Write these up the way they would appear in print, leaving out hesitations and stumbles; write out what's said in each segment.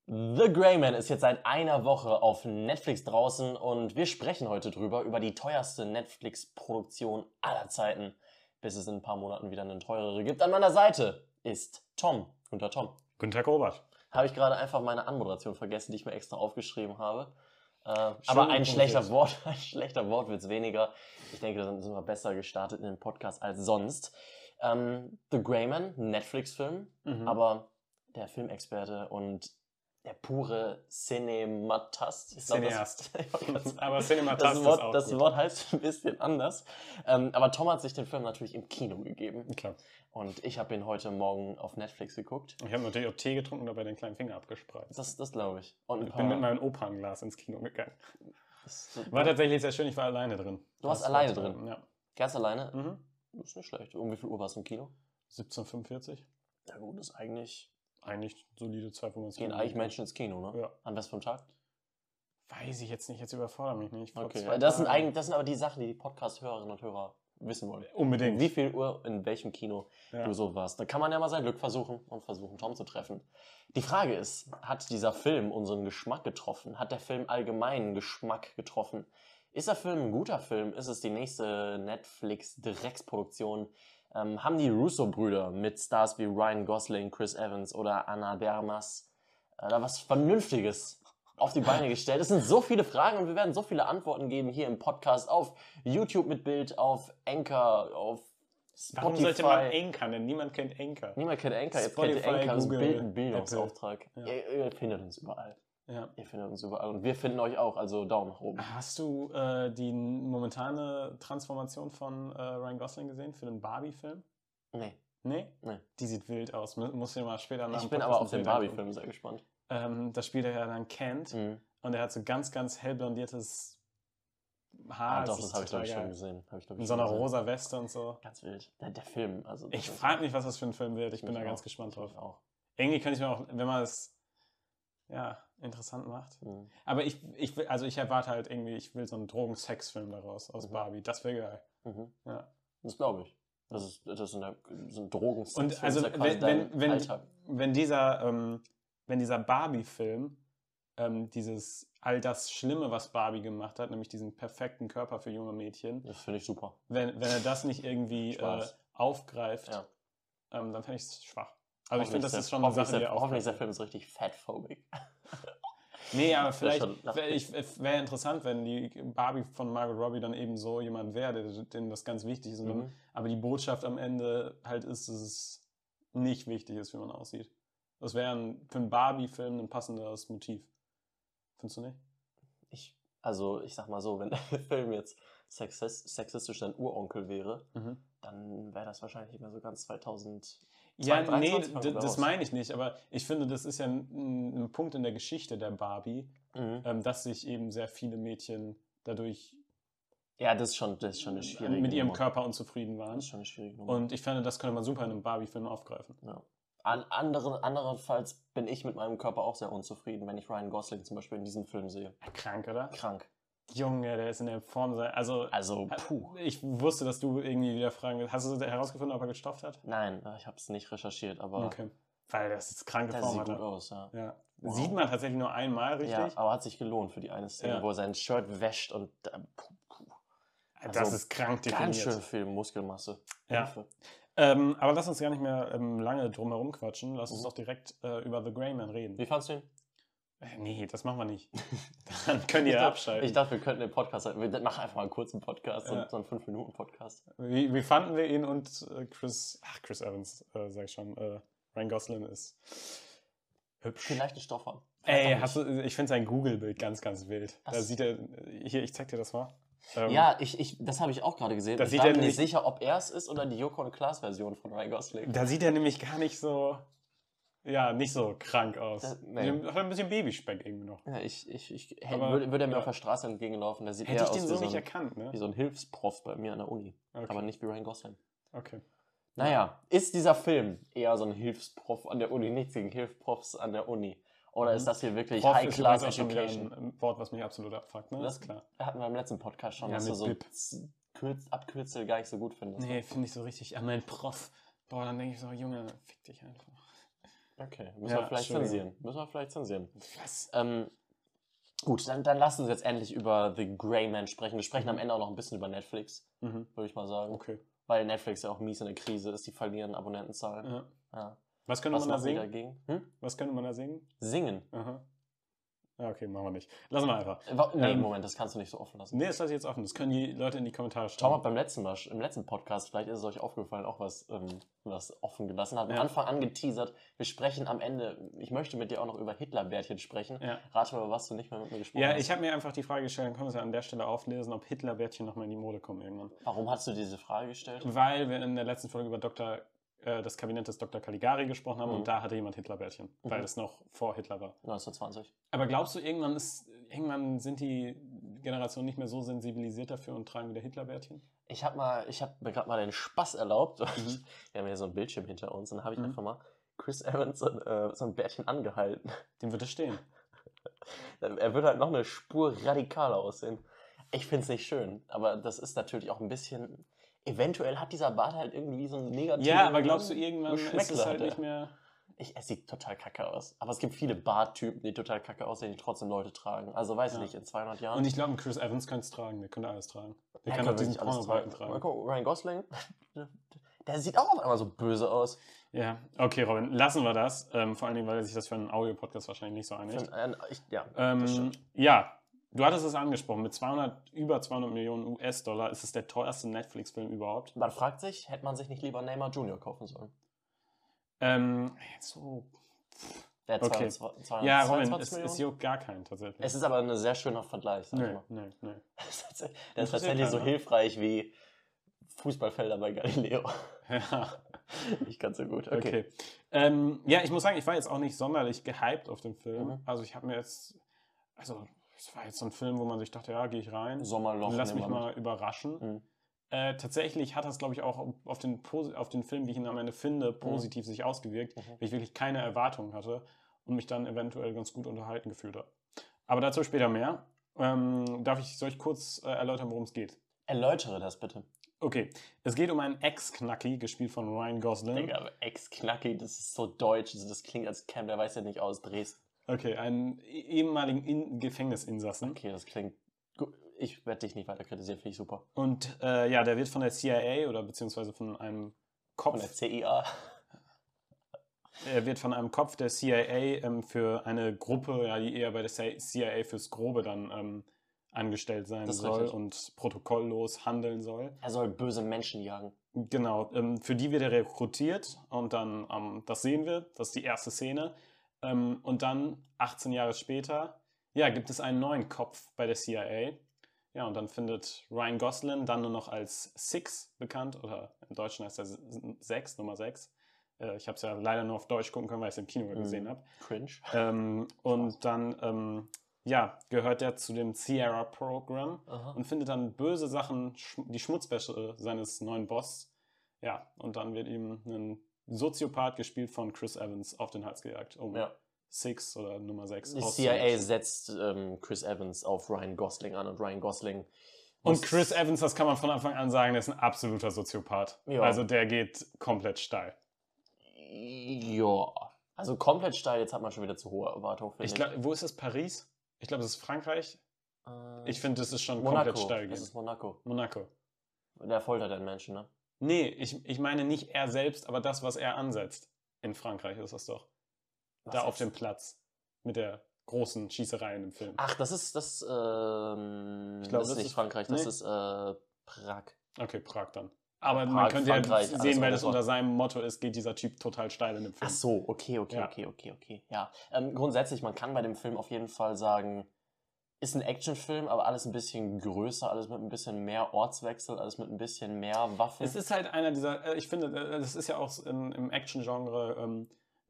The Gray Man ist jetzt seit einer Woche auf Netflix draußen und wir sprechen heute über die teuerste Netflix-Produktion aller Zeiten, bis es in ein paar Monaten wieder eine teurere gibt. An meiner Seite ist Tom. Guten Tag, Tom. Guten Tag, Robert. Habe ich gerade einfach meine Anmoderation vergessen, die ich mir extra aufgeschrieben habe. Aber ein schlechter Wortwitz weniger. Ich denke, dann sind wir besser gestartet in den Podcast als sonst. The Gray Man, Netflix-Film, aber der Filmexperte und der pure Cinematast. Cineast. Aber Cinematast ist auch das gut. Wort heißt ein bisschen anders. Aber Tom hat sich den Film natürlich im Kino gegeben. Klar. Und ich habe ihn heute Morgen auf Netflix geguckt. Ich habe natürlich auch Tee getrunken und dabei den kleinen Finger abgespreizt. Das glaube ich. Und Ich bin mit meinem Opernglas ins Kino gegangen. Das War tatsächlich sehr schön, ich war alleine drin. Du warst alleine drin? Ja. Ganz alleine? Mhm. Das ist nicht schlecht. Um wie viel Uhr warst du im Kino? 17:45. Ja gut, das ist eigentlich... Eigentlich solide Zeit, wo man es Gehen eigentlich Menschen ins Kino, ne? Ja. An was für einem Tag? Weiß ich jetzt nicht, jetzt überfordere mich nicht. Okay, das sind aber die Sachen, die Podcast-Hörerinnen und Hörer wissen wollen. Unbedingt. Wie viel Uhr in welchem Kino du so warst. Da kann man ja mal sein Glück versuchen und versuchen, Tom zu treffen. Die Frage ist, hat dieser Film unseren Geschmack getroffen? Hat der Film allgemeinen Geschmack getroffen? Ist der Film ein guter Film? Ist es die nächste Netflix-Drecksproduktion? Haben die Russo-Brüder mit Stars wie Ryan Gosling, Chris Evans oder Ana de Armas da was Vernünftiges auf die Beine gestellt? Es sind so viele Fragen und wir werden so viele Antworten geben hier im Podcast auf YouTube mit Bild, auf Anchor, auf Spotify. Warum sollte man Anchor nennen? Niemand kennt Anchor. Niemand kennt Anchor. Jetzt Spotify, kennt ihr Anchor, das ist Google, ein Bildungsauftrag. Ja. Ihr findet uns überall. Ja. Ihr findet uns überall und wir finden euch auch, also Daumen nach oben. Hast du die momentane Transformation von Ryan Gosling gesehen für den Barbie-Film? Nee. Nee? Nee. Die sieht wild aus. Muss ich mal später nach Ich bin aber auf den Barbie-Film sehr gespannt. Da spielt er ja dann Kent und er hat so ganz, ganz hell blondiertes Haar. Doch, das habe ich glaube ich schon gesehen. In so einer rosa Weste und so. Ganz wild. Der Film. Also Ich frage mich, was das für ein Film wird. Ich bin da ganz gespannt drauf. Irgendwie könnte ich mir auch, wenn man es interessant macht. Aber ich erwarte halt irgendwie, ich will so einen Drogen-Sex-Film daraus aus Barbie. Das wäre geil. Ja. Das glaube ich. Das ist so ein Drogen-Sex. Und also wenn dieser Barbie-Film all das Schlimme, was Barbie gemacht hat, nämlich diesen perfekten Körper für junge Mädchen. Das finde ich super. Wenn er das nicht irgendwie aufgreift, dann fände ich es schwach. Also ich finde, das ist schon eine Sache, die er hoffentlich ist der Film ist richtig fatphobic. Nee, aber vielleicht wäre interessant, wenn die Barbie von Margot Robbie dann eben so jemand wäre, dem das ganz wichtig ist. Aber die Botschaft am Ende halt ist, dass es nicht wichtig ist, wie man aussieht. Das wäre für einen Barbie-Film ein passendes Motiv. Findest du nicht? Ich sag mal so, wenn der Film jetzt sexistisch dein Uronkel wäre, dann wäre das wahrscheinlich nicht mehr so ganz 2000. Ja, nee, das meine ich nicht, aber ich finde, das ist ja ein Punkt in der Geschichte der Barbie, dass sich eben sehr viele Mädchen dadurch das ist schon eine schwierige mit ihrem Körper unzufrieden waren. Das ist schon eine schwierige Nummer. Und ich finde, das könnte man super in einem Barbie-Film aufgreifen. Ja. Andererseits bin ich mit meinem Körper auch sehr unzufrieden, wenn ich Ryan Gosling zum Beispiel in diesem Film sehe. Krank, oder? Krank. Junge, der ist in der Form. Also puh. Ich wusste, dass du irgendwie wieder fragen willst. Hast du herausgefunden, ob er gestopft hat? Nein, ich habe es nicht recherchiert, aber... Okay. Weil das ist kranke Form. Das sieht gut aus, ja. Wow. Sieht man tatsächlich nur einmal, richtig? Ja, aber hat sich gelohnt für die eine Szene, wo er sein Shirt wäscht und... das ist krank definiert. Ganz schön viel Muskelmasse. Ja. Aber lass uns gar nicht mehr lange drum herum quatschen. Lass uns doch direkt über The Gray Man reden. Wie fandst du ihn? Nee, das machen wir nicht. Dann könnt ihr abschalten. Ich dachte, wir könnten den Podcast... Wir machen einfach mal einen kurzen Podcast, so einen 5-Minuten-Podcast. Wie fanden wir ihn und Chris Evans, sag ich schon, Ryan Gosling ist hübsch. Vielleicht ein Stoffer. Ich finde sein Google-Bild ganz, ganz wild. Da sieht er... Hier, ich zeig dir das mal. Das habe ich auch gerade gesehen. Ich war mir nicht sicher, ob er es ist oder die Joko und Klaas-Version von Ryan Gosling. Da sieht er nämlich gar nicht so... Ja, nicht so krank aus. Hat ein bisschen Babyspeck irgendwie noch. Ja, würde er mir auf der Straße entgegenlaufen, der sieht eher aus wie so ein Hilfsprof bei mir an der Uni. Okay. Aber nicht wie Ryan Gosling. Okay. Naja, ist dieser Film eher so ein Hilfsprof an der Uni, nichts gegen Hilfsprofs an der Uni? Oder ist das hier wirklich High-Class Education? Ein Wort, was mich absolut abfuckt, ne? Das ist klar. Hatten wir im letzten Podcast schon, dass du so Abkürzel gar nicht so gut findest. Nee, finde ich so richtig. Mein Prof. Boah, dann denke ich so, Junge, fick dich einfach. Okay, müssen wir vielleicht zensieren. Was? Gut, dann lass uns jetzt endlich über The Gray Man sprechen. Wir sprechen am Ende auch noch ein bisschen über Netflix, würde ich mal sagen. Okay. Weil Netflix ja auch mies in der Krise ist, die verlieren Abonnentenzahlen. Ja. Was könnte man da singen? Dagegen? Was könnte man da singen? Singen. Aha. Ja, okay, machen wir nicht. Lassen wir einfach. Nee, Moment, das kannst du nicht so offen lassen. Nee, das lasse ich jetzt offen. Das können die Leute in die Kommentare schreiben. Schau mal, im letzten Podcast, vielleicht ist es euch aufgefallen, auch was offen gelassen hat. Am Anfang angeteasert, wir sprechen am Ende, ich möchte mit dir auch noch über Hitlerbärtchen sprechen. Ja. Rate mal, was du nicht mehr mit mir gesprochen hast. Ja, ich habe mir einfach die Frage gestellt, dann können wir es ja an der Stelle auflesen, ob Hitlerbärtchen nochmal in die Mode kommen irgendwann. Warum hast du diese Frage gestellt? Weil wir in der letzten Folge über das Kabinett des Dr. Caligari gesprochen haben und da hatte jemand Hitlerbärtchen, weil es noch vor Hitler war. 1920. Aber glaubst du, irgendwann sind die Generationen nicht mehr so sensibilisiert dafür und tragen wieder Hitlerbärtchen? Ich hab mir gerade mal den Spaß erlaubt. Wir haben hier so ein Bildschirm hinter uns und dann habe ich einfach mal Chris Evans so ein Bärtchen angehalten. Dem wird es stehen. Er wird halt noch eine Spur radikaler aussehen. Ich finde es nicht schön, aber das ist natürlich auch ein bisschen... Eventuell hat dieser Bart halt irgendwie so einen negativen... Ja, aber glaubst du, irgendwann ist es halt nicht mehr... Es sieht total kacke aus. Aber es gibt viele Barttypen, die total kacke aussehen, die trotzdem Leute tragen. Also weiß ich nicht, in 200 Jahren... Und ich glaube, Chris Evans könnte es tragen. Der könnte alles tragen. Der kann auch diesen Pornobalken tragen. Mal gucken, Ryan Gosling, der sieht auch auf einmal so böse aus. Ja, okay, Robin, lassen wir das. Vor allen Dingen, weil sich das für einen Audio-Podcast wahrscheinlich nicht so einigt. Das stimmt. Ja, du hattest es angesprochen, mit über 200 Millionen US-Dollar ist es der teuerste Netflix-Film überhaupt. Man fragt sich, hätte man sich nicht lieber Neymar Jr. kaufen sollen? So. Der hat Okay. 222 Ja, Robin, Millionen. es juckt gar keinen tatsächlich. Es ist aber ein sehr schöner Vergleich, sag ich mal. Nee. Der ist tatsächlich so hilfreich wie Fußballfelder bei Galileo. Ja. Nicht ganz so gut. Okay. Ja, ich muss sagen, ich war jetzt auch nicht sonderlich gehypt auf den Film. Also ich habe mir jetzt... es war jetzt so ein Film, wo man sich dachte, ja, gehe ich rein. Sommerloch. Lass mich mal überraschen. Tatsächlich hat das, glaube ich, auch auf den Film, wie ich ihn am Ende finde, positiv sich ausgewirkt, weil ich wirklich keine Erwartungen hatte und mich dann eventuell ganz gut unterhalten gefühlt habe. Aber dazu später mehr. Soll ich kurz erläutern, worum es geht? Erläutere das bitte. Okay, es geht um einen Ex-Knacki, gespielt von Ryan Gosling. Digga, aber Ex-Knacki, das ist so deutsch, das klingt als Cam, der weiß ja nicht aus Dresden. Okay, einen ehemaligen Gefängnisinsassen. Okay, das klingt gut. Ich werde dich nicht weiter kritisieren, finde ich super. Und der wird von der CIA oder beziehungsweise von einem Kopf... Von der CIA. Er wird von einem Kopf der CIA für eine Gruppe, die eher bei der CIA fürs Grobe dann angestellt sein soll und protokolllos handeln soll. Er soll böse Menschen jagen. Genau, für die wird er rekrutiert und dann, das sehen wir, das ist die erste Szene. Und dann, 18 Jahre später, gibt es einen neuen Kopf bei der CIA. Ja, und dann findet Ryan Gosling dann nur noch als Six bekannt, oder im Deutschen heißt er Nummer 6. Ich habe es ja leider nur auf Deutsch gucken können, weil ich es im Kino gesehen habe. Cringe. Und dann, gehört er zu dem Sierra-Programm und findet dann böse Sachen, die Schmutzwäsche seines neuen Boss. Ja, und dann wird ihm ein Soziopath, gespielt von Chris Evans, auf den Hals gejagt, Six oder Nummer 6 Die CIA setzt Chris Evans auf Ryan Gosling an und Ryan Gosling... Und Chris Evans, das kann man von Anfang an sagen, der ist ein absoluter Soziopath. Ja. Also der geht komplett steil. Ja, also komplett steil, jetzt hat man schon wieder zu hohe Erwartungen. Wo ist das? Paris? Ich glaube, das ist Frankreich. Ich finde, das ist schon Monaco. Komplett steil. Das ist Monaco. Der foltert den Menschen, ne? Nee, ich meine nicht er selbst, aber das, was er ansetzt. In Frankreich ist das doch. Was da jetzt? Auf dem Platz. Mit der großen Schießerei in dem Film. Ach, das ist nicht Frankreich, das ist Prag. Okay, Prag dann. Aber Prag, man könnte ja sehen, weil das unter seinem Motto ist, geht dieser Typ total steil in dem Film. Ach so, okay. Ja, grundsätzlich, man kann bei dem Film auf jeden Fall sagen, ist ein Actionfilm, aber alles ein bisschen größer, alles mit ein bisschen mehr Ortswechsel, alles mit ein bisschen mehr Waffen. Es ist halt einer dieser, ich finde, das ist ja auch im Action-Genre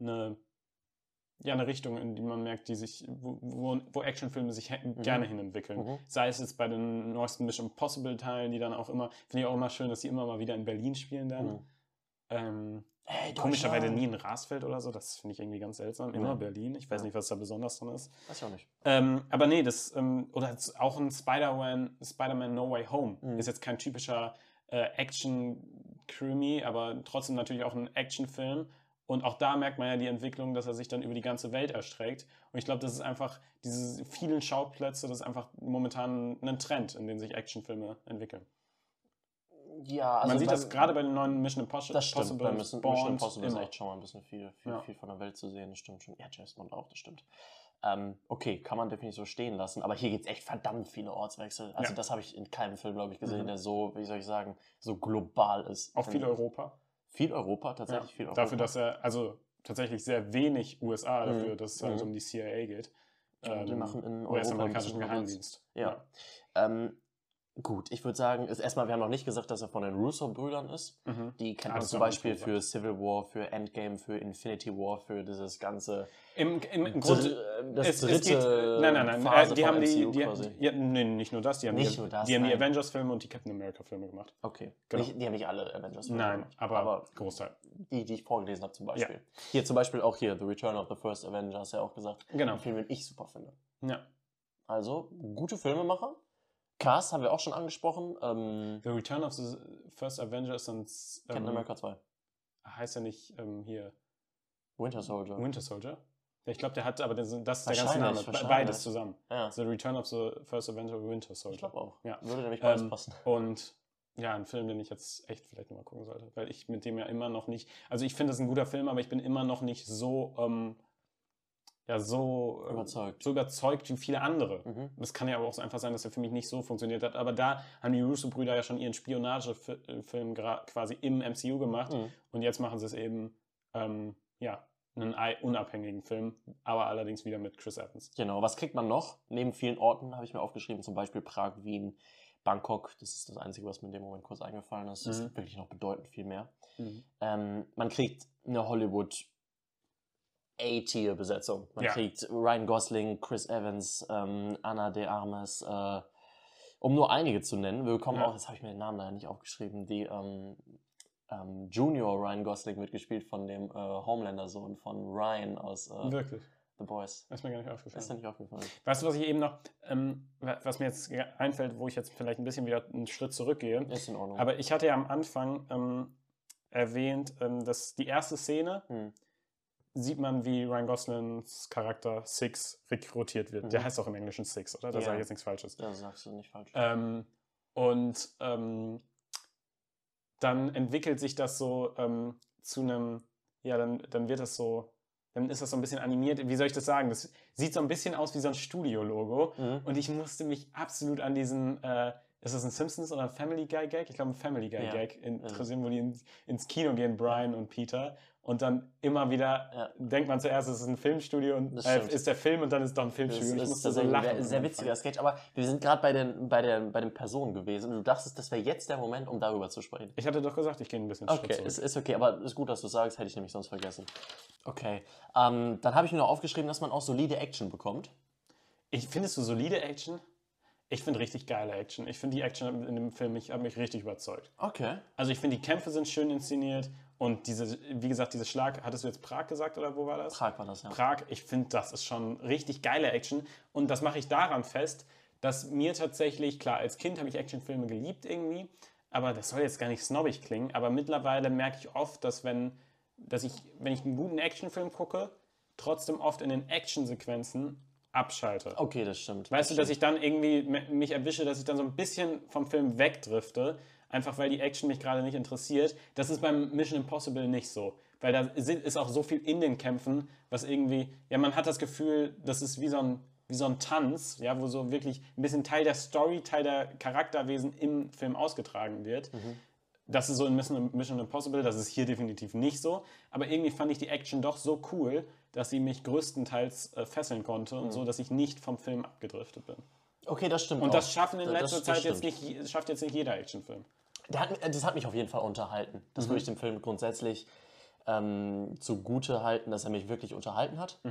eine Richtung, in die man merkt, die sich, wo Actionfilme sich gerne hinentwickeln. Sei es jetzt bei den neuesten Mission Impossible Teilen, die dann auch immer, finde ich auch immer schön, dass die immer mal wieder in Berlin spielen dann. Komischerweise nie in Rasfeld oder so, das finde ich irgendwie ganz seltsam. Immer Berlin, ich weiß nicht, was da besonders dran ist. Weiß ich auch nicht. Aber nee, oder auch ein Spider-Man No Way Home ist jetzt kein typischer Action-Krimi, aber trotzdem natürlich auch ein Actionfilm. Und auch da merkt man ja die Entwicklung, dass er sich dann über die ganze Welt erstreckt. Und ich glaube, das ist einfach, diese vielen Schauplätze, das ist einfach momentan ein Trend, in dem sich Actionfilme entwickeln. Ja, also man sieht das gerade bei den neuen Mission Impossible. Das stimmt, bei Mission Impossible ist echt schon mal ein bisschen viel von der Welt zu sehen, das stimmt schon. Ja, James Bond auch, das stimmt. Okay, kann man definitiv so stehen lassen, aber hier gibt es echt verdammt viele Ortswechsel. Also das habe ich in keinem Film, glaube ich, gesehen, der so, wie soll ich sagen, so global ist. Auch viel Europa. Viel Europa, tatsächlich viel Europa. Dafür, dass er, also tatsächlich sehr wenig USA dafür, dass es halt um die CIA geht. Die machen in Europa US-amerikanischen Geheimdienst. Ja. Gut, ich würde sagen, erstmal, wir haben noch nicht gesagt, dass er von den Russo-Brüdern ist. Die kennt man zum Beispiel für Civil War, für Endgame, für Infinity War, für dieses ganze... Im Grunde... Das dritte Nein. Phase die haben MCU quasi. Nicht nur das. Die haben die Avengers-Filme und die Captain America-Filme gemacht. Okay. Genau. Die haben nicht alle Avengers-Filme gemacht. Nein, aber Großteil. Die ich vorgelesen habe zum Beispiel. Ja. Hier zum Beispiel auch hier, The Return of the First Avenger, hast du ja auch gesagt. Genau. Ein Film, den ich super finde. Ja. Also, gute Filmemacher. Cast haben wir auch schon angesprochen. The Return of the First Avenger ist dann... Captain America 2. Heißt ja nicht hier... Winter Soldier. Winter Soldier? Ich glaube, der hat, aber das ist der ganze Name. Beides zusammen. Ja. The Return of the First Avenger, Winter Soldier. Ich glaube auch. Ja. Würde nämlich beides passen. Und ja, ein Film, den ich jetzt echt vielleicht nochmal gucken sollte. Weil ich mit dem ja immer noch nicht... Also ich finde das ein guter Film, aber ich bin immer noch nicht so... so überzeugt wie viele andere. Das kann ja aber auch so einfach sein, dass er für mich nicht so funktioniert hat. Aber da haben die Russo-Brüder ja schon ihren Spionagefilm quasi im MCU gemacht. Und jetzt machen sie es eben, einen unabhängigen Film, aber allerdings wieder mit Chris Evans. Genau, was kriegt man noch? Neben vielen Orten habe ich mir aufgeschrieben, zum Beispiel Prag, Wien, Bangkok. Das ist das Einzige, was mir in dem Moment kurz eingefallen ist. Es gibt wirklich noch bedeutend viel mehr. Man kriegt eine Hollywood A-Tier-Besetzung. Man kriegt Ryan Gosling, Chris Evans, Ana de Armas, um nur einige zu nennen. Wir bekommen auch, jetzt habe ich mir den Namen leider nicht aufgeschrieben, die Junior Ryan Gosling mitgespielt von dem Homelander-Sohn von Ryan aus Wirklich? The Boys. Das ist mir gar nicht aufgefallen. Ist dir nicht aufgefallen. Weißt du, was ich eben noch, was mir jetzt einfällt, wo ich jetzt vielleicht ein bisschen wieder einen Schritt zurückgehe? Ist in Ordnung. Aber ich hatte ja am Anfang erwähnt, dass die erste Szene sieht man, wie Ryan Goslings Charakter Six rekrutiert wird. Der heißt auch im Englischen Six, oder? Da sage ich jetzt nichts Falsches. Da sagst du nicht falsch. Dann entwickelt sich das so zu einem, dann wird das so, dann ist das so ein bisschen animiert. Wie soll ich das sagen? Das sieht so ein bisschen aus wie so ein Studio-Logo. Und ich musste mich absolut an diesen, ist das ein Simpsons oder ein Family Guy Gag? Ich glaube, ein Family Guy Gag interessieren, wo die ins Kino gehen, Brian und Peter. Und dann immer wieder denkt man zuerst, es ist ein Filmstudio und ist der Film und dann ist es doch ein Filmstudio. Das ist so lachen. Sehr witziger Sketch, aber wir sind gerade bei den Personen gewesen. Du dachtest, das wäre jetzt der Moment, um darüber zu sprechen. Ich hatte doch gesagt, ich gehe ein bisschen Schritt zurück. Ist okay, aber ist gut, dass du sagst, hätte ich nämlich sonst vergessen. Okay, dann habe ich mir noch aufgeschrieben, dass man auch solide Action bekommt. Findest du solide Action? Ich finde richtig geile Action. Ich finde die Action in dem Film, hat mich richtig überzeugt. Okay. Also ich finde, die Kämpfe sind schön inszeniert und wie gesagt, diese Schlag, hattest du jetzt Prag gesagt oder wo war das? Prag war das, ja. Prag, ich finde, das ist schon richtig geile Action und das mache ich daran fest, dass mir tatsächlich, klar, als Kind habe ich Actionfilme geliebt irgendwie, aber das soll jetzt gar nicht snobbig klingen, aber mittlerweile merke ich oft, dass wenn ich einen guten Actionfilm gucke, trotzdem oft in den Actionsequenzen abschalte. Okay, das stimmt. Weißt du, dass ich dann irgendwie mich erwische, dass ich dann so ein bisschen vom Film wegdrifte, einfach weil die Action mich gerade nicht interessiert. Das ist beim Mission Impossible nicht so. Weil da ist auch so viel in den Kämpfen, was irgendwie, man hat das Gefühl, das ist wie so ein Tanz, wo so wirklich ein bisschen Teil der Story, Teil der Charakterwesen im Film ausgetragen wird. Das ist so in Mission Impossible, das ist hier definitiv nicht so. Aber irgendwie fand ich die Action doch so cool, dass sie mich größtenteils fesseln konnte und so, dass ich nicht vom Film abgedriftet bin. Okay, das stimmt. Und das schaffen in letzter Zeit schafft jetzt nicht jeder Actionfilm. Das hat mich auf jeden Fall unterhalten. Das würde ich dem Film grundsätzlich zugute halten, dass er mich wirklich unterhalten hat.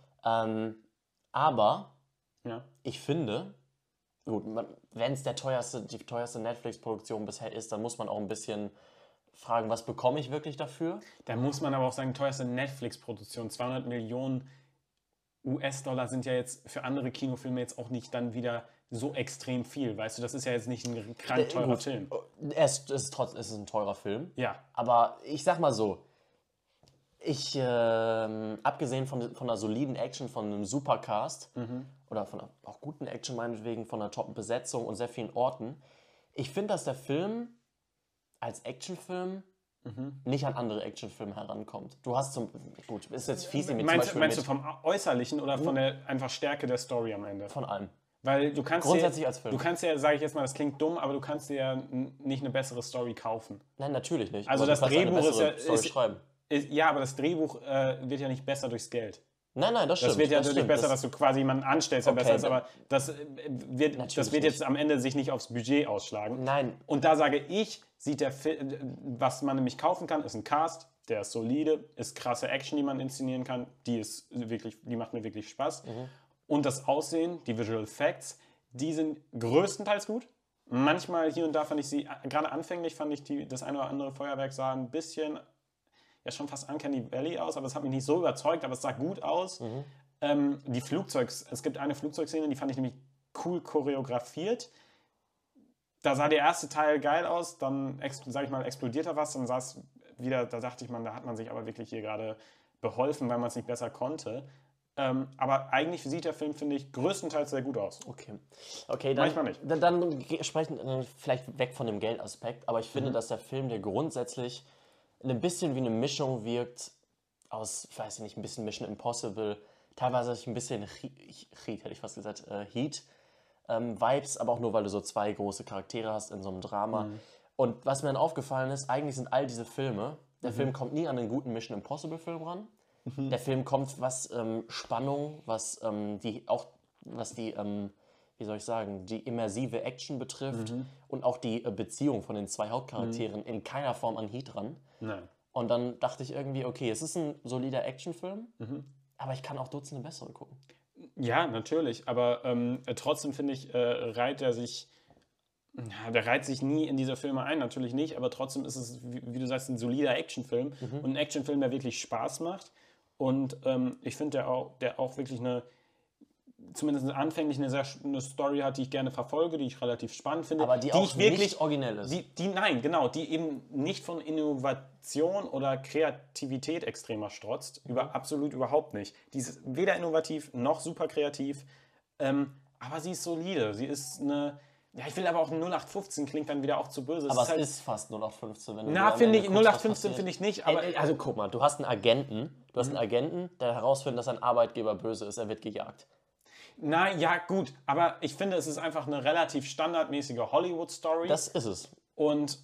Aber ich finde, gut, wenn es die teuerste Netflix-Produktion bisher ist, dann muss man auch ein bisschen fragen, was bekomme ich wirklich dafür? Da muss man aber auch sagen, teuerste Netflix-Produktion, 200 Millionen US-Dollar sind ja jetzt für andere Kinofilme jetzt auch nicht dann wieder so extrem viel. Weißt du, das ist ja jetzt nicht ein krank teurer Film. Es ist ein teurer Film. Ja. Aber ich sag mal so, Abgesehen von einer soliden Action, von einem Supercast oder von einer auch guten Action meinetwegen, von einer Top-Besetzung und sehr vielen Orten, ich finde, dass der Film als Actionfilm nicht an andere Actionfilme herankommt. Du hast gut, ist jetzt fies mit meinst du vom Äußerlichen oder von der einfach Stärke der Story am Ende? Von allem. Weil du kannst grundsätzlich als Film. Du kannst ja, sage ich jetzt mal, das klingt dumm, aber du kannst dir ja nicht eine bessere Story kaufen. Nein, natürlich nicht. Also das Drehbuch schreiben. Ja, aber das Drehbuch wird ja nicht besser durchs Geld. Nein, das stimmt. Das wird ja natürlich besser, dass du quasi jemanden anstellst, der besser ist, aber das wird jetzt am Ende sich nicht aufs Budget ausschlagen. Nein. Und da sage ich, sieht der Film, was man nämlich kaufen kann, ist ein Cast, der ist solide, ist krasse Action, die man inszenieren kann, die macht mir wirklich Spaß. Und das Aussehen, die Visual Effects, die sind größtenteils gut. Manchmal hier und da fand ich sie, gerade anfänglich fand ich das eine oder andere Feuerwerk sah ein bisschen, ja schon fast Uncanny Valley aus, aber es hat mich nicht so überzeugt, aber es sah gut aus. Es gibt eine Flugzeugszene, die fand ich nämlich cool choreografiert. Da sah der erste Teil geil aus, dann, sag ich mal, explodiert da was, dann sah es wieder, da dachte ich, da hat man sich aber wirklich hier gerade beholfen, weil man es nicht besser konnte. Aber eigentlich sieht der Film, finde ich, größtenteils sehr gut aus. Okay, dann, manchmal nicht. Dann sprechen wir vielleicht weg von dem Geldaspekt, aber ich finde, dass der Film, der grundsätzlich ein bisschen wie eine Mischung wirkt aus, ich weiß nicht, ein bisschen Mission Impossible, teilweise ein bisschen Heat, hätte ich fast gesagt, Heat Vibes, aber auch nur, weil du so zwei große Charaktere hast in so einem Drama. Und was mir dann aufgefallen ist, eigentlich sind all diese Filme, der Film kommt nie an einen guten Mission Impossible Film ran. Der Film kommt, was Spannung, was die wie soll ich sagen, die immersive Action betrifft und auch die Beziehung von den zwei Hauptcharakteren in keiner Form an Heat ran. Nein. Und dann dachte ich irgendwie, okay, es ist ein solider Actionfilm, aber ich kann auch Dutzende bessere gucken. Ja, natürlich, aber trotzdem finde ich, der reiht sich nie in diese Filme ein, natürlich nicht, aber trotzdem ist es, wie du sagst, ein solider Actionfilm und ein Actionfilm, der wirklich Spaß macht. Und ich finde, der auch wirklich zumindest anfänglich eine Story hat, die ich gerne verfolge, die ich relativ spannend finde. Aber die auch nicht originell ist. Die eben nicht von Innovation oder Kreativität extremer strotzt. Absolut überhaupt nicht. Die ist weder innovativ noch super kreativ, aber sie ist solide. Sie ist eine... Ja, ich will aber auch 0815 klingt dann wieder auch zu böse. Aber es ist fast 0815, wenn du... finde ich, 0815 finde ich nicht, aber... Also guck mal, du hast einen Agenten, der herausfindet, dass sein Arbeitgeber böse ist, er wird gejagt. Na ja, gut, aber ich finde, es ist einfach eine relativ standardmäßige Hollywood-Story. Das ist es. Und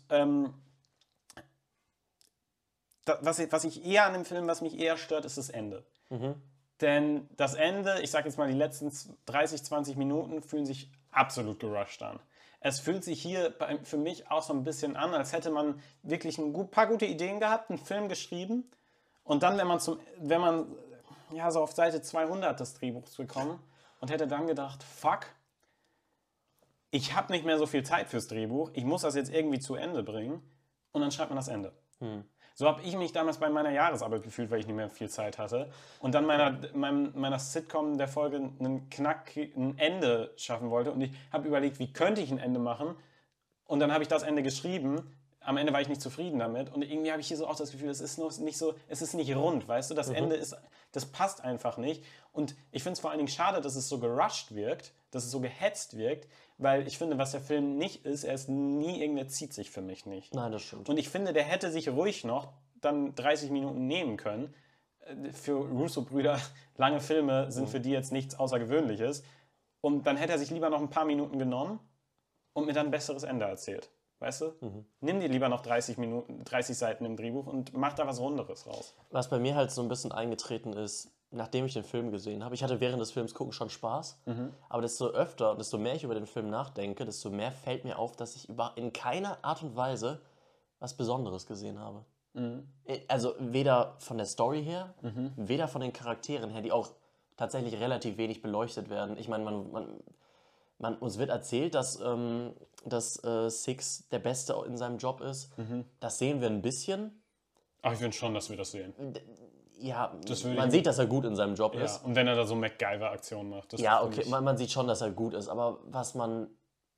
was ich eher an dem Film, was mich eher stört, ist das Ende. Denn das Ende, ich sag jetzt mal, die letzten 30, 20 Minuten fühlen sich absolut gerusht an. Es fühlt sich hier für mich auch so ein bisschen an, als hätte man wirklich paar gute Ideen gehabt, einen Film geschrieben und dann, wenn man ja so auf Seite 200 des Drehbuchs gekommen und hätte dann gedacht, fuck, ich habe nicht mehr so viel Zeit fürs Drehbuch, ich muss das jetzt irgendwie zu Ende bringen und dann schreibt man das Ende. So habe ich mich damals bei meiner Jahresarbeit gefühlt, weil ich nicht mehr viel Zeit hatte. Und dann meiner Sitcom der Folge ein Ende schaffen wollte. Und ich habe überlegt, wie könnte ich ein Ende machen? Und dann habe ich das Ende geschrieben. Am Ende war ich nicht zufrieden damit. Und irgendwie habe ich hier so auch das Gefühl, es ist nicht rund, weißt du? Das Ende das passt einfach nicht. Und ich finde es vor allen Dingen schade, dass es so gerusht wirkt, dass es so gehetzt wirkt, weil ich finde, was der Film nicht ist, er zieht sich für mich nicht. Nein, das stimmt. Und ich finde, der hätte sich ruhig noch dann 30 Minuten nehmen können. Für Russo-Brüder, lange Filme sind für die jetzt nichts Außergewöhnliches. Und dann hätte er sich lieber noch ein paar Minuten genommen und mir dann ein besseres Ende erzählt. Weißt du? Nimm dir lieber noch 30 Seiten im Drehbuch und mach da was Runderes raus. Was bei mir halt so ein bisschen eingetreten ist, nachdem ich den Film gesehen habe, ich hatte während des Films gucken schon Spaß, aber desto öfter, desto mehr ich über den Film nachdenke, desto mehr fällt mir auf, dass ich in keiner Art und Weise was Besonderes gesehen habe. Also weder von der Story her, weder von den Charakteren her, die auch tatsächlich relativ wenig beleuchtet werden. Ich meine, uns wird erzählt, dass Six der Beste in seinem Job ist. Das sehen wir ein bisschen. Aber ich finde schon, dass wir das sehen. Ja, man sieht, dass er gut in seinem Job ist. Und wenn er da so MacGyver-Aktionen macht. Ja, okay, man sieht schon, dass er gut ist. Aber was man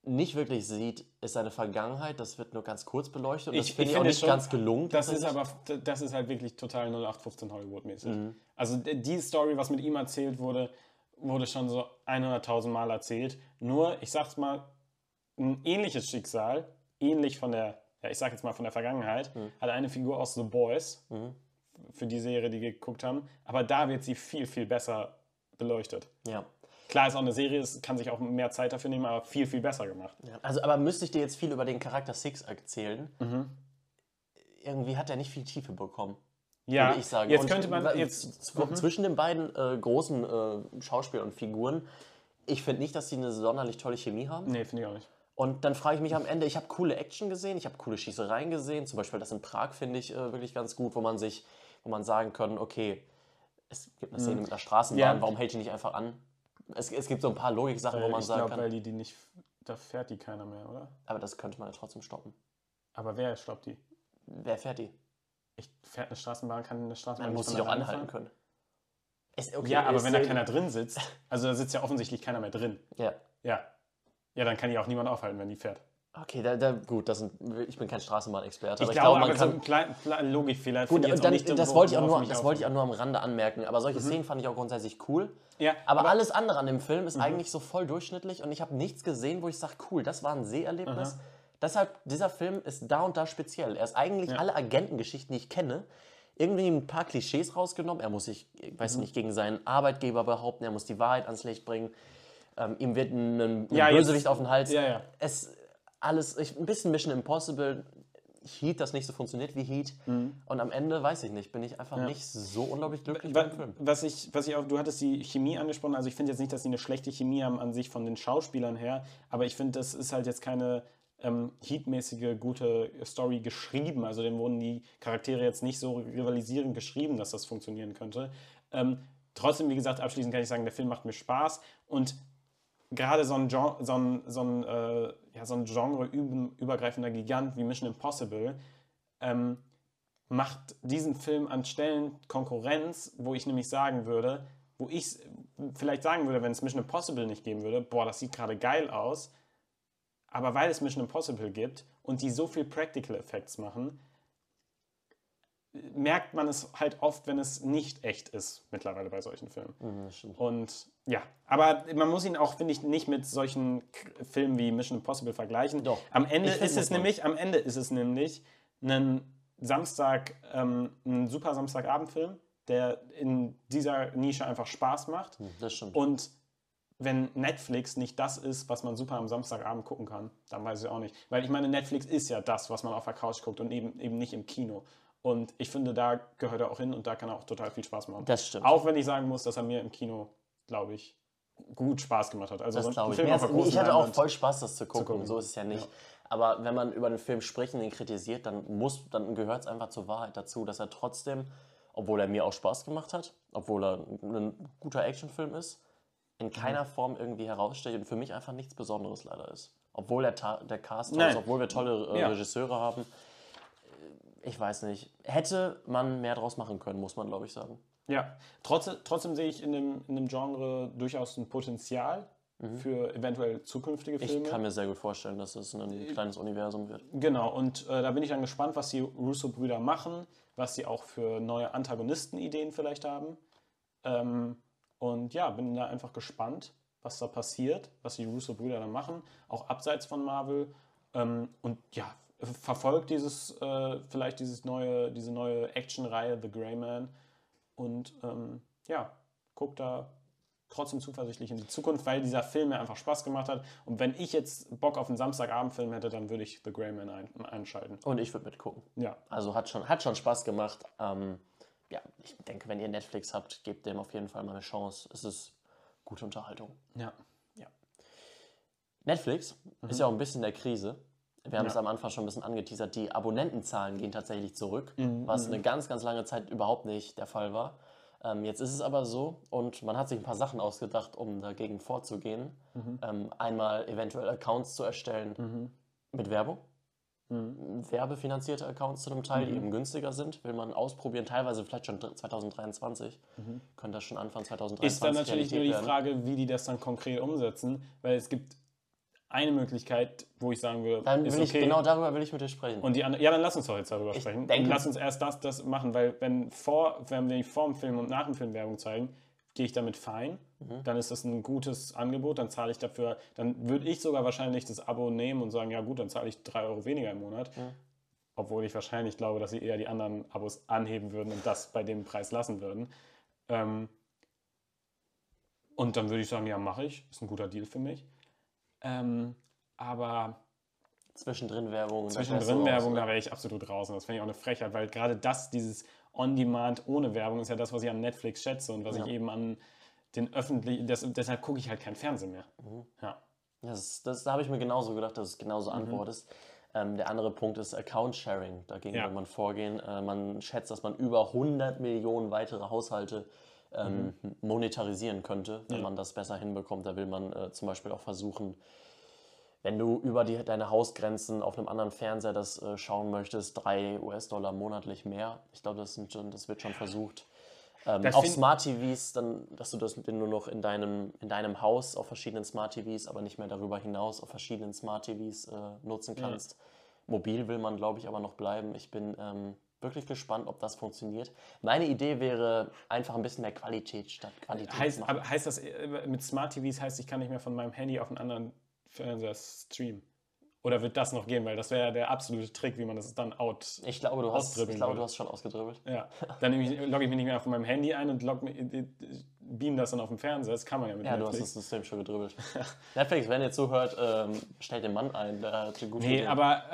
nicht wirklich sieht, ist seine Vergangenheit. Das wird nur ganz kurz beleuchtet. Und das finde ich auch nicht schon ganz gelungen. Das ist halt wirklich total 0815 Hollywood-mäßig. Also die Story, was mit ihm erzählt wurde schon so 100.000 Mal erzählt. Nur, ich sag's mal, ein ähnliches Schicksal, ähnlich von der, ich sag jetzt mal von der Vergangenheit, hat eine Figur aus The Boys, für die Serie, die wir geguckt haben. Aber da wird sie viel, viel besser beleuchtet. Ja. Klar ist auch eine Serie, es kann sich auch mehr Zeit dafür nehmen, aber viel, viel besser gemacht. Ja, also, aber müsste ich dir jetzt viel über den Charakter Six erzählen? Irgendwie hat er nicht viel Tiefe bekommen. Ja, würde ich sagen. Jetzt könnte man zwischen den beiden großen Schauspielern und Figuren, ich finde nicht, dass sie eine sonderlich tolle Chemie haben. Nee, finde ich auch nicht. Und dann frage ich mich am Ende, ich habe coole Action gesehen, ich habe coole Schießereien gesehen, zum Beispiel das in Prag finde ich wirklich ganz gut, wo man sagen kann, okay, es gibt eine Szene mit einer Straßenbahn, warum hält die nicht einfach an? Es gibt so ein paar Logik-Sachen, wo man sagen kann. Weil die nicht, da fährt die keiner mehr, oder? Aber das könnte man ja trotzdem stoppen. Aber wer stoppt die? Wer fährt die? Fährt eine Straßenbahn, kann eine Straßenbahn Man muss sie doch anhalten können. Ja, aber wenn da keiner drin sitzt, also da sitzt ja offensichtlich keiner mehr drin. Ja. Ja, dann kann die auch niemand aufhalten, wenn die fährt. Okay, gut, ich bin kein Straßenbahn-Experte. Ich glaube, man kann... so ein Logikfehler. Gut, und dann, das wollte ich auch nur am Rande anmerken. Aber solche Szenen fand ich auch grundsätzlich cool. Ja, aber alles andere an dem Film ist eigentlich so voll durchschnittlich und ich habe nichts gesehen, wo ich sage, cool, das war ein Seherlebnis. Deshalb, dieser Film ist da und da speziell. Er ist eigentlich alle Agentengeschichten, die ich kenne, irgendwie ein paar Klischees rausgenommen. Er muss sich, ich weiß nicht, gegen seinen Arbeitgeber behaupten, er muss die Wahrheit ans Licht bringen. Ihm wird ein Bösewicht auf den Hals. Ja. Ein bisschen Mission Impossible. Heat, das nicht so funktioniert wie Heat. Und am Ende, weiß ich nicht, bin ich einfach nicht so unglaublich glücklich beim Film. Was ich auch, du hattest die Chemie angesprochen, also ich finde jetzt nicht, dass sie eine schlechte Chemie haben an sich von den Schauspielern her, aber ich finde, das ist halt jetzt keine Heat-mäßige, gute Story geschrieben. Also dem wurden die Charaktere jetzt nicht so rivalisierend geschrieben, dass das funktionieren könnte. Trotzdem, wie gesagt, abschließend kann ich sagen, der Film macht mir Spaß und gerade so ein genreübergreifender Gigant wie Mission Impossible macht diesen Film an Stellen Konkurrenz, wo ich nämlich sagen würde, wo ich vielleicht sagen würde, wenn es Mission Impossible nicht geben würde, boah, das sieht gerade geil aus, aber weil es Mission Impossible gibt und die so viel Practical Effects machen, merkt man es halt oft, wenn es nicht echt ist, mittlerweile bei solchen Filmen. Und ja, aber man muss ihn auch, finde ich, nicht mit solchen Filmen wie Mission Impossible vergleichen. Doch. Am Ende ist es nämlich ein super Samstagabendfilm, der in dieser Nische einfach Spaß macht. Das stimmt. Und wenn Netflix nicht das ist, was man super am Samstagabend gucken kann, dann weiß ich auch nicht. Weil ich meine, Netflix ist ja das, was man auf der Couch guckt und eben nicht im Kino. Und ich finde, da gehört er auch hin und da kann er auch total viel Spaß machen. Das stimmt. Auch wenn ich sagen muss, dass er mir im Kino, glaube ich, gut Spaß gemacht hat. Also das glaube ich. Ich hatte auch voll Spaß, das zu gucken. So ist es ja nicht. Ja. Aber wenn man über den Film spricht und ihn kritisiert, dann gehört es einfach zur Wahrheit dazu, dass er trotzdem, obwohl er mir auch Spaß gemacht hat, obwohl er ein guter Actionfilm ist, in keiner Form irgendwie herausstecht und für mich einfach nichts Besonderes leider ist. Obwohl der Cast toll ist, obwohl wir tolle Regisseure haben. Ich weiß nicht. Hätte man mehr draus machen können, muss man, glaube ich, sagen. Ja, trotzdem sehe ich in dem Genre durchaus ein Potenzial für eventuell zukünftige Filme. Ich kann mir sehr gut vorstellen, dass es ein kleines Universum wird. Genau, und da bin ich dann gespannt, was die Russo-Brüder machen, was sie auch für neue Antagonisten-Ideen vielleicht haben. Und ja, bin da einfach gespannt, was da passiert, was die Russo-Brüder da machen, auch abseits von Marvel. Und ja, verfolgt diese neue Action-Reihe The Gray Man und guckt da trotzdem zuversichtlich in die Zukunft, weil dieser Film mir einfach Spaß gemacht hat. Und wenn ich jetzt Bock auf einen Samstagabendfilm hätte, dann würde ich The Gray Man einschalten. Und ich würde mitgucken. Ja. Also hat schon Spaß gemacht. Ich denke, wenn ihr Netflix habt, gebt dem auf jeden Fall mal eine Chance. Es ist gute Unterhaltung. Ja. Netflix ist ja auch ein bisschen in der Krise. Wir haben es am Anfang schon ein bisschen angeteasert. Die Abonnentenzahlen gehen tatsächlich zurück, was eine ganz, ganz lange Zeit überhaupt nicht der Fall war. Jetzt ist es aber so und man hat sich ein paar Sachen ausgedacht, um dagegen vorzugehen. Einmal eventuell Accounts zu erstellen mit Werbung. Werbefinanzierte Accounts zu einem Teil, die eben günstiger sind, will man ausprobieren, teilweise vielleicht schon 2023, könnte das schon Anfang 2023 ist dann natürlich nur die Frage, wie die das dann konkret umsetzen, weil es gibt eine Möglichkeit, wo ich sagen würde, dann ist will ich, okay. genau darüber will ich mit dir sprechen. Und die andere, ja, dann lass uns doch jetzt darüber sprechen. Und lass uns erst das machen, weil wenn wir vor dem Film und nach dem Film Werbung zeigen, gehe ich damit fein. Dann ist das ein gutes Angebot, dann zahle ich dafür, dann würde ich sogar wahrscheinlich das Abo nehmen und sagen, ja gut, dann zahle ich 3 Euro weniger im Monat. Obwohl ich wahrscheinlich glaube, dass sie eher die anderen Abos anheben würden und das bei dem Preis lassen würden. Und dann würde ich sagen, ja, mache ich. Ist ein guter Deal für mich. Aber Zwischendrin Werbung. Da wäre ich absolut raus. Und das finde ich auch eine Frechheit, weil gerade dieses On-Demand ohne Werbung ist ja das, was ich an Netflix schätze und was ich eben an den öffentlichen... Deshalb gucke ich halt kein Fernsehen mehr. Ja. Da habe ich mir genauso gedacht, dass es genauso antwortest. Der andere Punkt ist Account-Sharing. Dagegen will man vorgehen. Man schätzt, dass man über 100 Millionen weitere Haushalte monetarisieren könnte, wenn man das besser hinbekommt. Da will man zum Beispiel auch versuchen, wenn du über deine Hausgrenzen auf einem anderen Fernseher das schauen möchtest, $3 monatlich mehr. Ich glaube, das wird schon versucht. Auf Smart TVs, dann, dass du das nur noch in deinem Haus auf verschiedenen Smart TVs, aber nicht mehr darüber hinaus auf verschiedenen Smart TVs nutzen kannst. Mobil will man, glaube ich, aber noch bleiben. Ich bin wirklich gespannt, ob das funktioniert. Meine Idee wäre einfach ein bisschen mehr Qualität statt Quantität. Heißt das, mit Smart TVs heißt, ich kann nicht mehr von meinem Handy auf einen anderen Fernseher streamen? Oder wird das noch gehen? Weil das wäre ja der absolute Trick, wie man das dann Ich glaube, du hast schon ausgedribbelt. Ja. Dann logge ich mich nicht mehr von meinem Handy ein und beam das dann auf dem Fernseher. Das kann man ja mit Netflix. Ja, du hast das System schon gedribbelt. Netflix, wenn ihr zuhört, stellt den Mann ein. Der hat eine gute Idee. Aber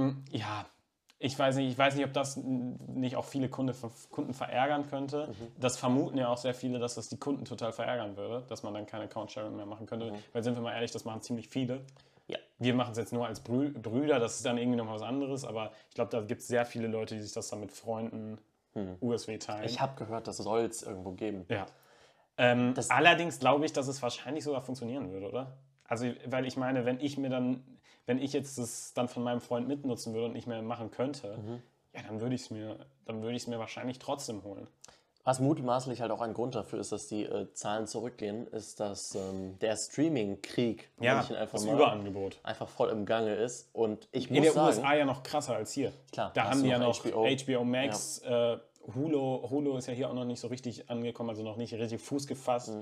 ich weiß nicht, ob das nicht auch viele Kunden verärgern könnte. Das vermuten ja auch sehr viele, dass das die Kunden total verärgern würde, dass man dann keine Account-Sharing mehr machen könnte. Weil, sind wir mal ehrlich, das machen ziemlich viele. Ja. Wir machen es jetzt nur als Brüder, das ist dann irgendwie noch was anderes, aber ich glaube, da gibt es sehr viele Leute, die sich das dann mit Freunden USW teilen. Ich habe gehört, das soll es irgendwo geben. Ja. Allerdings glaube ich, dass es wahrscheinlich sogar funktionieren würde, oder? Also, weil ich meine, wenn ich jetzt das dann von meinem Freund mitnutzen würde und nicht mehr machen könnte, ja, dann würde ich es mir wahrscheinlich trotzdem holen. Was mutmaßlich halt auch ein Grund dafür ist, dass die Zahlen zurückgehen, ist, dass der Streaming-Krieg das Überangebot einfach voll im Gange ist. Und ich muss in der sagen, USA ja noch krasser als hier. Klar, da haben die ja noch HBO Max, Hulu ist ja hier auch noch nicht so richtig angekommen, also noch nicht richtig Fuß gefasst.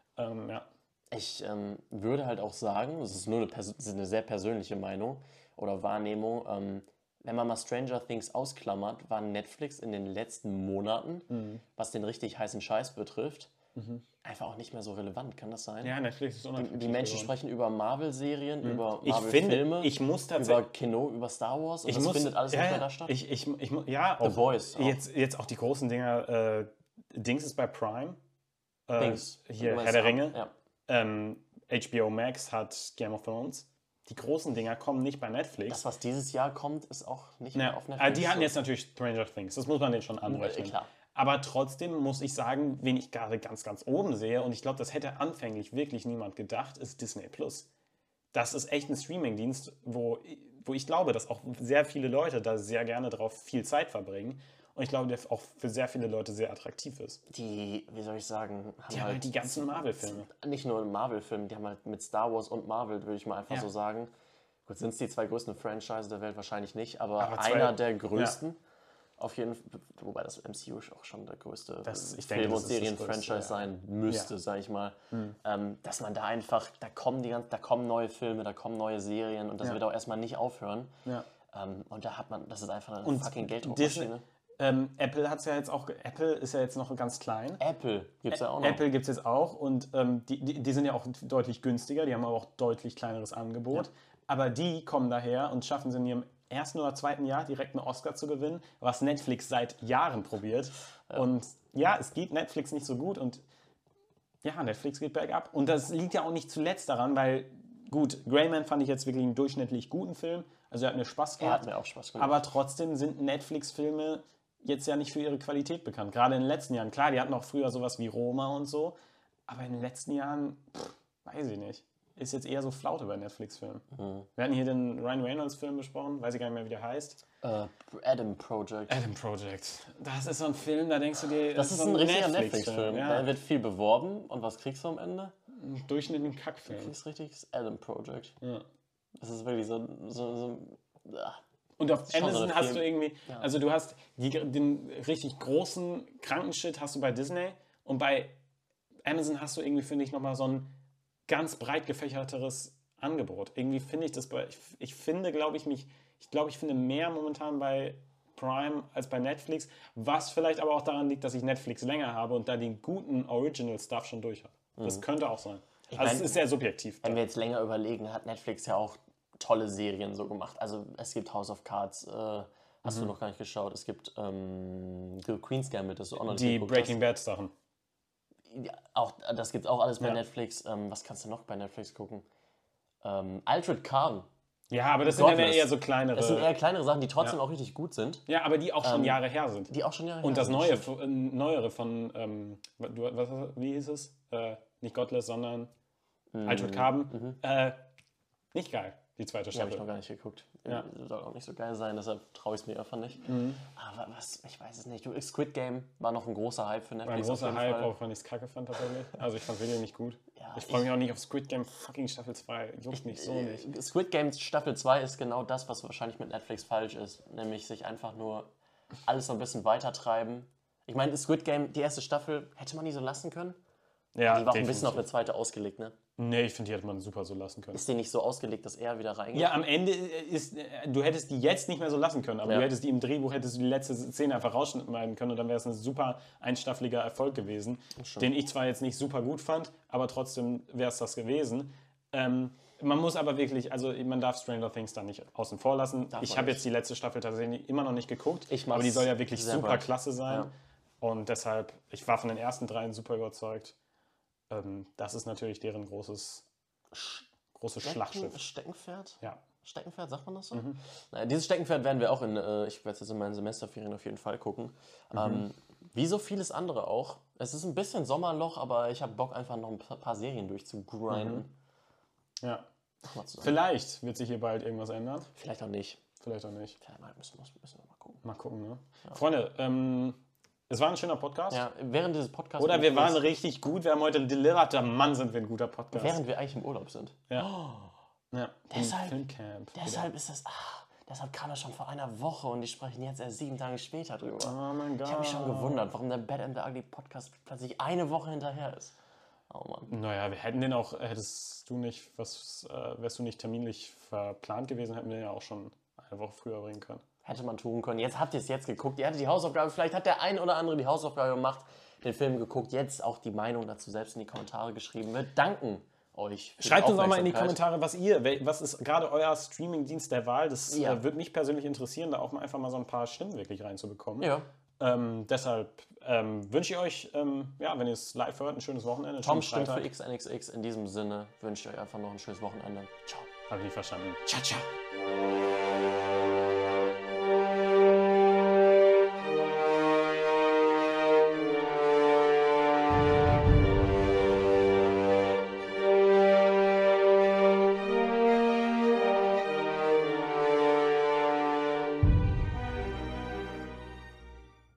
Ich würde halt auch sagen, das ist nur eine sehr persönliche Meinung oder Wahrnehmung, wenn man mal Stranger Things ausklammert, war Netflix in den letzten Monaten, was den richtig heißen Scheiß betrifft, einfach auch nicht mehr so relevant. Kann das sein? Ja, Netflix ist unattraktiv. Die Menschen sprechen über Marvel-Serien, über Marvel-Filme, über Kino, über Star Wars und das findet alles nicht mehr da statt. The Voice. Jetzt auch die großen Dinger. Dings ist bei Prime. Hier, Herr der Ringe. Ja. HBO Max hat Game of Thrones. Die großen Dinger kommen nicht bei Netflix. Das, was dieses Jahr kommt, ist auch nicht mehr auf Netflix. Die hatten jetzt natürlich Stranger Things, das muss man denen schon anrechnen. Klar. Aber trotzdem muss ich sagen, wen ich gerade ganz, ganz oben sehe, und ich glaube, das hätte anfänglich wirklich niemand gedacht, ist Disney+. Das ist echt ein Streamingdienst, wo ich glaube, dass auch sehr viele Leute da sehr gerne drauf viel Zeit verbringen. Und ich glaube, der auch für sehr viele Leute sehr attraktiv ist. Die, wie soll ich sagen, haben halt die ganzen Marvel-Filme. Nicht nur Marvel-Filme, die haben halt mit Star Wars und Marvel, würde ich mal einfach so sagen. Gut, sind es die 2 größten Franchise der Welt? Wahrscheinlich nicht, aber einer der größten. Ja. Auf jeden Fall, wobei das MCU auch schon der größte Film- und Serien-Franchise sein müsste, sag ich mal. Dass man da einfach, da kommen neue Filme, da kommen neue Serien und das wird auch erstmal nicht aufhören. Ja. Und da hat man, das ist einfach eine fucking Gelddruckmaschine. Apple hat's ja jetzt auch. Apple ist ja jetzt noch ganz klein. Apple gibt es ja auch noch. Apple gibt es jetzt auch und die sind ja auch deutlich günstiger, die haben aber auch deutlich kleineres Angebot. Ja. Aber die kommen daher und schaffen es in ihrem ersten oder zweiten Jahr direkt einen Oscar zu gewinnen, was Netflix seit Jahren probiert. Ja. Und ja, es geht Netflix nicht so gut und ja, Netflix geht bergab. Und das liegt ja auch nicht zuletzt daran, weil, gut, Gray Man fand ich jetzt wirklich einen durchschnittlich guten Film. Also er hat mir Spaß gemacht. Er hat mir auch Spaß gemacht. Aber trotzdem sind Netflix-Filme jetzt ja nicht für ihre Qualität bekannt. Gerade in den letzten Jahren. Klar, die hatten auch früher sowas wie Roma und so. Aber in den letzten Jahren, weiß ich nicht. Ist jetzt eher so Flaute bei Netflix-Filmen. Wir hatten hier den Ryan Reynolds-Film besprochen. Weiß ich gar nicht mehr, wie der heißt. Adam Project. Adam Project. Das ist so ein Film, da denkst du dir... Das ist ein richtiger Netflix-Film. Ja. Der wird viel beworben. Und was kriegst du am Ende? Einen durchschnittlichen Kackfilm. Du kriegst richtig Adam Project. Ja. Das ist wirklich so und auf Amazon hast du irgendwie, also du hast den richtig großen Krankenshit hast du bei Disney und bei Amazon hast du irgendwie, finde ich, nochmal so ein ganz breit gefächerteres Angebot. Irgendwie finde ich das ich finde mehr momentan bei Prime als bei Netflix, was vielleicht aber auch daran liegt, dass ich Netflix länger habe und da den guten Original-Stuff schon durch habe. Das könnte auch sein. Es ist sehr subjektiv. Wenn wir jetzt länger überlegen, hat Netflix ja auch tolle Serien so gemacht. Also es gibt House of Cards, hast du noch gar nicht geschaut. Es gibt Queen's Gambit, das du auch noch nicht geguckt hast. Die Breaking Bad Sachen. Ja, das gibt es auch alles bei Netflix. Was kannst du noch bei Netflix gucken? Altered Carbon. Ja, aber das sind ja eher so kleinere. Das sind eher kleinere Sachen, die trotzdem auch richtig gut sind. Ja, aber die auch schon Jahre her sind. Und das Neuere von, wie hieß es? Nicht Godless, sondern Altered Carbon. Nicht geil, die zweite Staffel. Die habe ich noch gar nicht geguckt. Soll auch nicht so geil sein, deshalb traue ich es mir einfach nicht. Aber ich weiß es nicht. Squid Game war noch ein großer Hype für Netflix. War ein großer Hype, auch wenn ich es kacke fand tatsächlich. Also ich fand es wirklich nicht gut. Ja, ich freue mich auch nicht auf Squid Game fucking Staffel 2. Juckt mich so nicht. Squid Game Staffel 2 ist genau das, was wahrscheinlich mit Netflix falsch ist. Nämlich sich einfach nur alles so ein bisschen weitertreiben. Ich meine, Squid Game, die erste Staffel, hätte man die so lassen können? Ja, die war auch ein bisschen auf eine zweite ausgelegt, ne? Nee, ich finde, die hätte man super so lassen können. Ist die nicht so ausgelegt, dass er wieder reingeht? Ja, am Ende du hättest die jetzt nicht mehr so lassen können, aber du hättest die im Drehbuch, hättest du die letzte Szene einfach rausschneiden können und dann wäre es ein super einstaffeliger Erfolg gewesen, den ich zwar jetzt nicht super gut fand, aber trotzdem wäre es das gewesen. Man muss aber wirklich, also man darf Stranger Things da nicht außen vor lassen. Ich habe jetzt die letzte Staffel tatsächlich immer noch nicht geguckt, aber die soll ja wirklich super klasse sein. Ja. Und deshalb, ich war von den ersten 3 super überzeugt. Das ist natürlich deren großes Schlachtschiff. Steckenpferd? Ja. Steckenpferd, sagt man das so? Naja, dieses Steckenpferd werden wir auch ich werde es jetzt in meinen Semesterferien auf jeden Fall gucken. Wie so vieles andere auch. Es ist ein bisschen Sommerloch, aber ich habe Bock einfach noch ein paar Serien durchzugrinden. Ja. Vielleicht wird sich hier bald irgendwas ändern. Vielleicht auch nicht. Vielleicht auch nicht. Vielleicht müssen wir mal gucken. Mal gucken, ne? Ja. Freunde, es war ein schöner Podcast. Ja, während dieses Podcasts... Oder wir waren richtig gut, wir haben heute delivered. Der Mann, sind wir ein guter Podcast. Während wir eigentlich im Urlaub sind. Ja. Ja. Deshalb ist das... Deshalb kam das schon vor einer Woche und die sprechen jetzt erst 7 Tage später drüber. Oh mein Gott. Ich habe mich schon gewundert, warum der Bad and the Ugly Podcast plötzlich eine Woche hinterher ist. Oh Mann. Naja, wir hätten den auch... wärst du nicht terminlich verplant gewesen, hätten wir den ja auch schon eine Woche früher bringen können. Hätte man tun können. Jetzt habt ihr es jetzt geguckt. Ihr hattet die Hausaufgabe. Vielleicht hat der ein oder andere die Hausaufgabe gemacht, den Film geguckt. Jetzt auch die Meinung dazu selbst in die Kommentare geschrieben. Wir danken euch. Schreibt uns auch mal in die Kommentare, was ist gerade euer Streamingdienst der Wahl. Das würde mich persönlich interessieren, da auch mal einfach mal so ein paar Stimmen wirklich reinzubekommen. Ja. Deshalb wünsche ich euch, wenn ihr es live hört, ein schönes Wochenende. Tom stimmt für XNXX. In diesem Sinne wünsche ich euch einfach noch ein schönes Wochenende. Ciao. Habe ich nicht verstanden. Ciao, ciao.